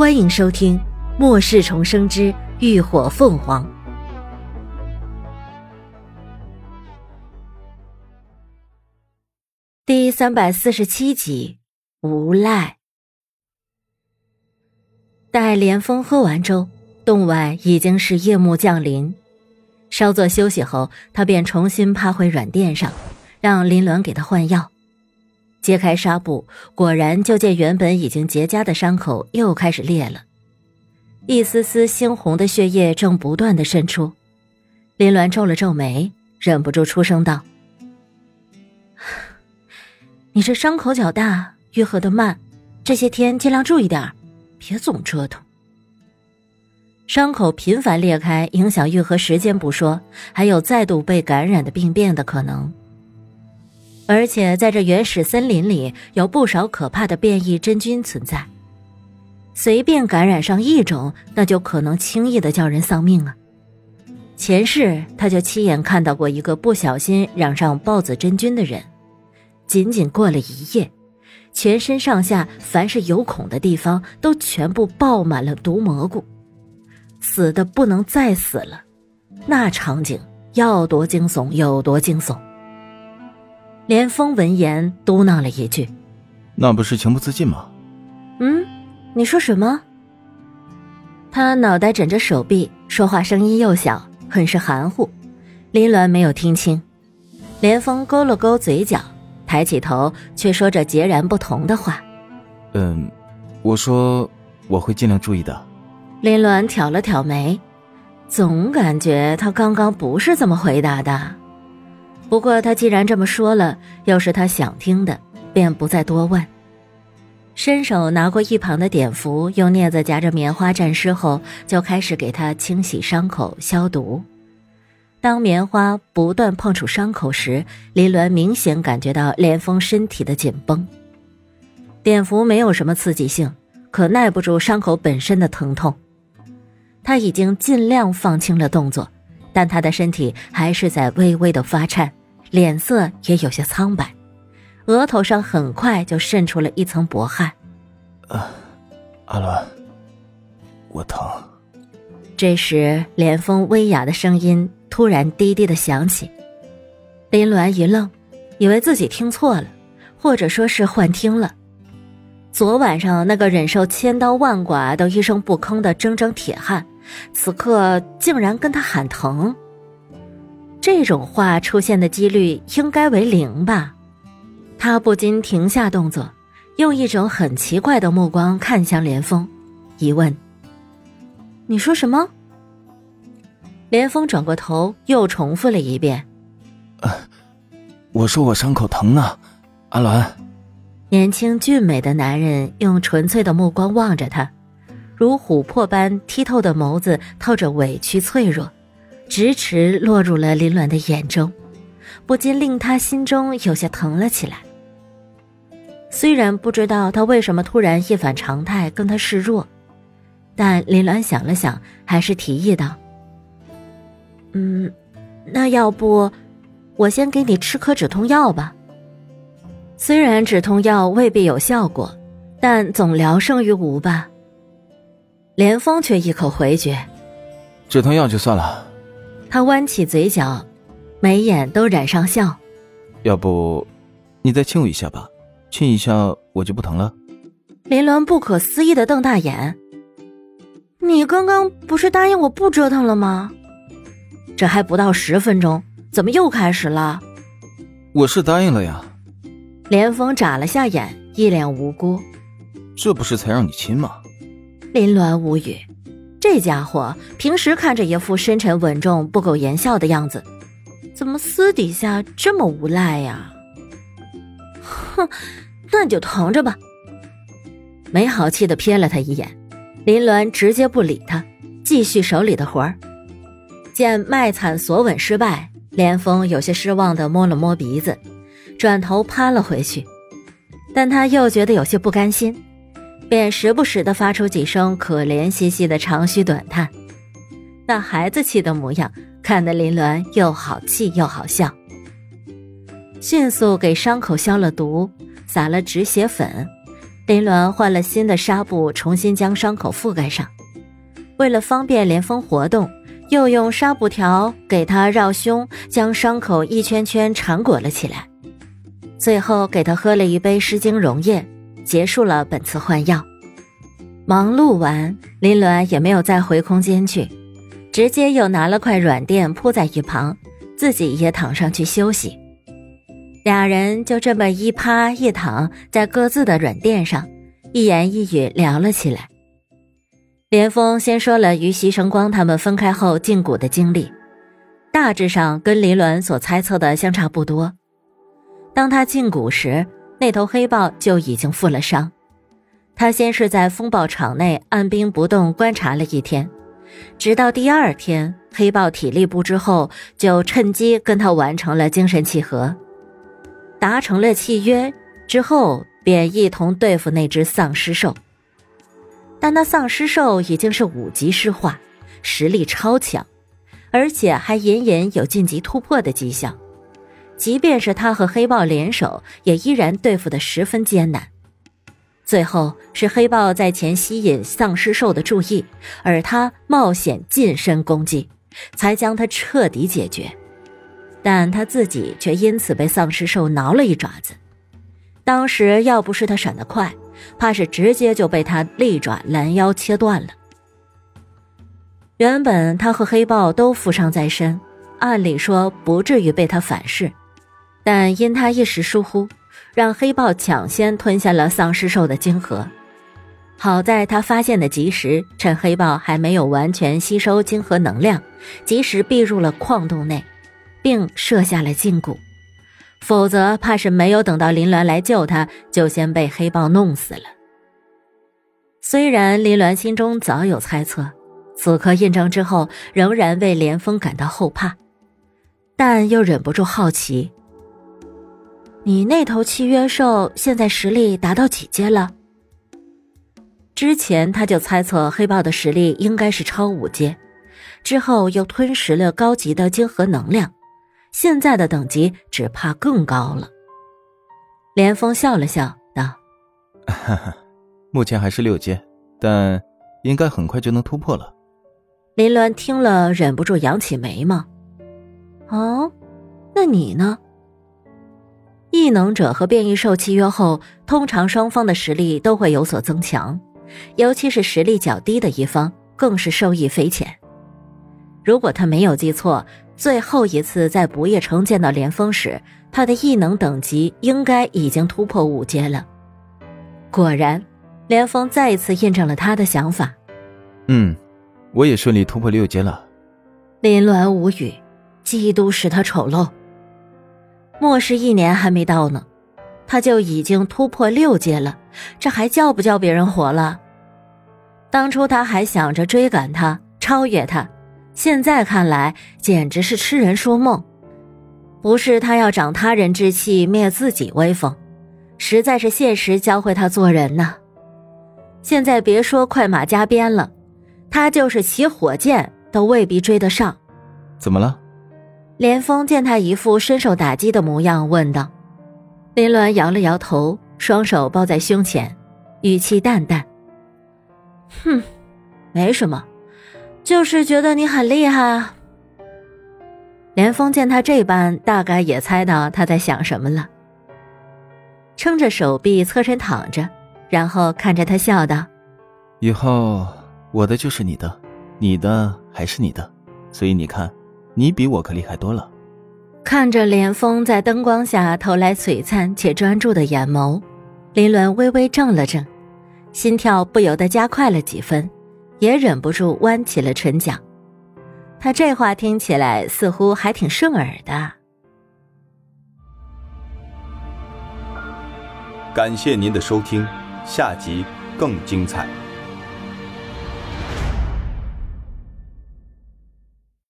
欢迎收听《末世重生之浴火凤凰》第347集无赖。待连峰喝完粥，洞外已经是夜幕降临。稍作休息后，他便重新趴回软垫上，让林鸾给他换药。揭开纱布，果然就见原本已经结痂的伤口又开始裂了，一丝丝猩红的血液正不断地渗出。林鸾皱了皱眉，忍不住出声道：你这伤口较大，愈合得慢，这些天尽量注意点，别总折腾。伤口频繁裂开，影响愈合时间不说，还有再度被感染的病变的可能。而且在这原始森林里有不少可怕的变异真菌存在，随便感染上一种，那就可能轻易的叫人丧命啊。前世他就亲眼看到过一个不小心染上孢子真菌的人，仅仅过了一夜，全身上下凡是有孔的地方都全部爆满了毒蘑菇，死的不能再死了，那场景要多惊悚有多惊悚。连峰闻言嘟囔了一句： 那不是情不自禁吗？ 你说什么？他脑袋枕着手臂，说话声音又小，很是含糊。林鸾没有听清。连峰勾了勾嘴角，抬起头却说着截然不同的话： 我说我会尽量注意的。 林鸾挑了挑眉，总感觉他刚刚不是这么回答的。不过他既然这么说了，又是他想听的，便不再多问。伸手拿过一旁的碘伏，用镊子夹着棉花蘸湿后，就开始给他清洗伤口消毒。当棉花不断碰触伤口时，林鸾明显感觉到连峰身体的紧绷。碘伏没有什么刺激性，可耐不住伤口本身的疼痛。他已经尽量放轻了动作，但他的身体还是在微微的发颤，脸色也有些苍白，额头上很快就渗出了一层薄汗。 阿鸾，我疼。 这时连峰微哑的声音突然低低的响起。林鸾一愣，以为自己听错了，或者说是幻听了。昨晚上那个忍受千刀万剐都一声不吭的铮铮铁汉，此刻竟然跟他喊疼。这种话出现的几率应该为0吧。他不禁停下动作，用一种很奇怪的目光看向连峰，疑问：你说什么？连峰转过头又重复了一遍： 我说我伤口疼呢，阿鸾。 年轻俊美的男人用纯粹的目光望着他，如琥珀般剔透的眸子透着委屈脆弱，直直落入了林鸾的眼中，不禁令他心中有些疼了起来。虽然不知道他为什么突然一反常态跟他示弱，但林鸾想了想，还是提议道：那要不我先给你吃颗止痛药吧。虽然止痛药未必有效果，但总疗胜于无吧。连峰却一口回绝： 止痛药就算了。 他弯起嘴角，眉眼都染上笑： 要不你再亲我一下吧，亲一下我就不疼了。 林鸾不可思议地瞪大眼：你刚刚不是答应我不折腾了吗？这还不到10分钟，怎么又开始了？ 我是答应了呀。 连峰眨了下眼，一脸无辜： 这不是才让你亲吗？ 林鸾无语，这家伙平时看着一副深沉稳重不苟言笑的样子，怎么私底下这么无赖呀？哼，那你就疼着吧。没好气地瞥了他一眼，林鸾直接不理他，继续手里的活儿。见卖惨索吻失败，连峰有些失望地摸了摸鼻子，转头趴了回去。但他又觉得有些不甘心，便时不时地发出几声可怜兮兮的长吁短叹。那孩子气的模样，看得林鸾又好气又好笑。迅速给伤口消了毒，撒了止血粉， 林鸾换了新的纱布，重新将伤口覆盖上。为了方便连峰活动，又用纱布条给他绕胸，将伤口一圈圈缠裹了起来。最后给他喝了一杯湿精溶液，结束了本次换药。忙碌完，林鸾也没有再回空间去，直接又拿了块软垫铺在一旁，自己也躺上去休息。俩人就这么一趴一躺在各自的软垫上，一言一语聊了起来。连峰先说了与席承光他们分开后胫骨的经历，大致上跟林鸾所猜测的相差不多。当他胫骨时，那头黑豹就已经负了伤。他先是在风暴场内按兵不动观察了一天，直到第二天黑豹体力不支后，就趁机跟他完成了精神契合。达成了契约之后，便一同对付那只丧尸兽。但那丧尸兽已经是5级尸化，实力超强，而且还隐隐有晋级突破的迹象。即便是他和黑豹联手，也依然对付得十分艰难。最后是黑豹在前吸引丧尸兽的注意，而他冒险近身攻击，才将他彻底解决。但他自己却因此被丧尸兽挠了一爪子。当时要不是他闪得快，怕是直接就被他利爪拦腰切断了。原本他和黑豹都负伤在身，按理说不至于被他反噬，但因他一时疏忽，让黑豹抢先吞下了丧尸兽的精核。好在他发现的及时，趁黑豹还没有完全吸收精核能量，及时避入了矿洞内，并设下了禁锢，否则怕是没有等到林鸾来救他，就先被黑豹弄死了。虽然林鸾心中早有猜测，此刻印证之后，仍然为连峰感到后怕，但又忍不住好奇：你那头契约兽现在实力达到几阶了？之前他就猜测黑豹的实力应该是超5阶，之后又吞食了高级的精核能量，现在的等级只怕更高了。连峰笑了笑道： 目前还是6阶，但应该很快就能突破了。 林鸾听了忍不住扬起眉毛：哦，那你呢？异能者和变异兽契约后，通常双方的实力都会有所增强，尤其是实力较低的一方更是受益匪浅。如果他没有记错，最后一次在不夜城见到连峰时，他的异能等级应该已经突破5阶了。果然，连峰再一次印证了他的想法。 我也顺利突破6阶了。 林鸾无语，嫉妒使他丑陋。末世1年还没到呢，他就已经突破6阶了，这还叫不叫别人活了？当初他还想着追赶他，超越他，现在看来简直是痴人说梦。不是他要长他人志气灭自己威风，实在是现实教会他做人呐。现在别说快马加鞭了，他就是骑火箭都未必追得上。 怎么了？ 连峰见他一副深受打击的模样，问道。林鸾摇了摇头，双手抱在胸前，语气淡淡：没什么，就是觉得你很厉害啊。连峰见他这般，大概也猜到他在想什么了，撑着手臂侧身躺着，然后看着他笑道： 以后我的就是你的，你的还是你的，所以你看，你比我可厉害多了。 看着连峰在灯光下投来璀璨且专注的眼眸，林鸾微微怔了怔，心跳不由得加快了几分，也忍不住弯起了唇角。他这话听起来似乎还挺顺耳的。 感谢您的收听，下集更精彩。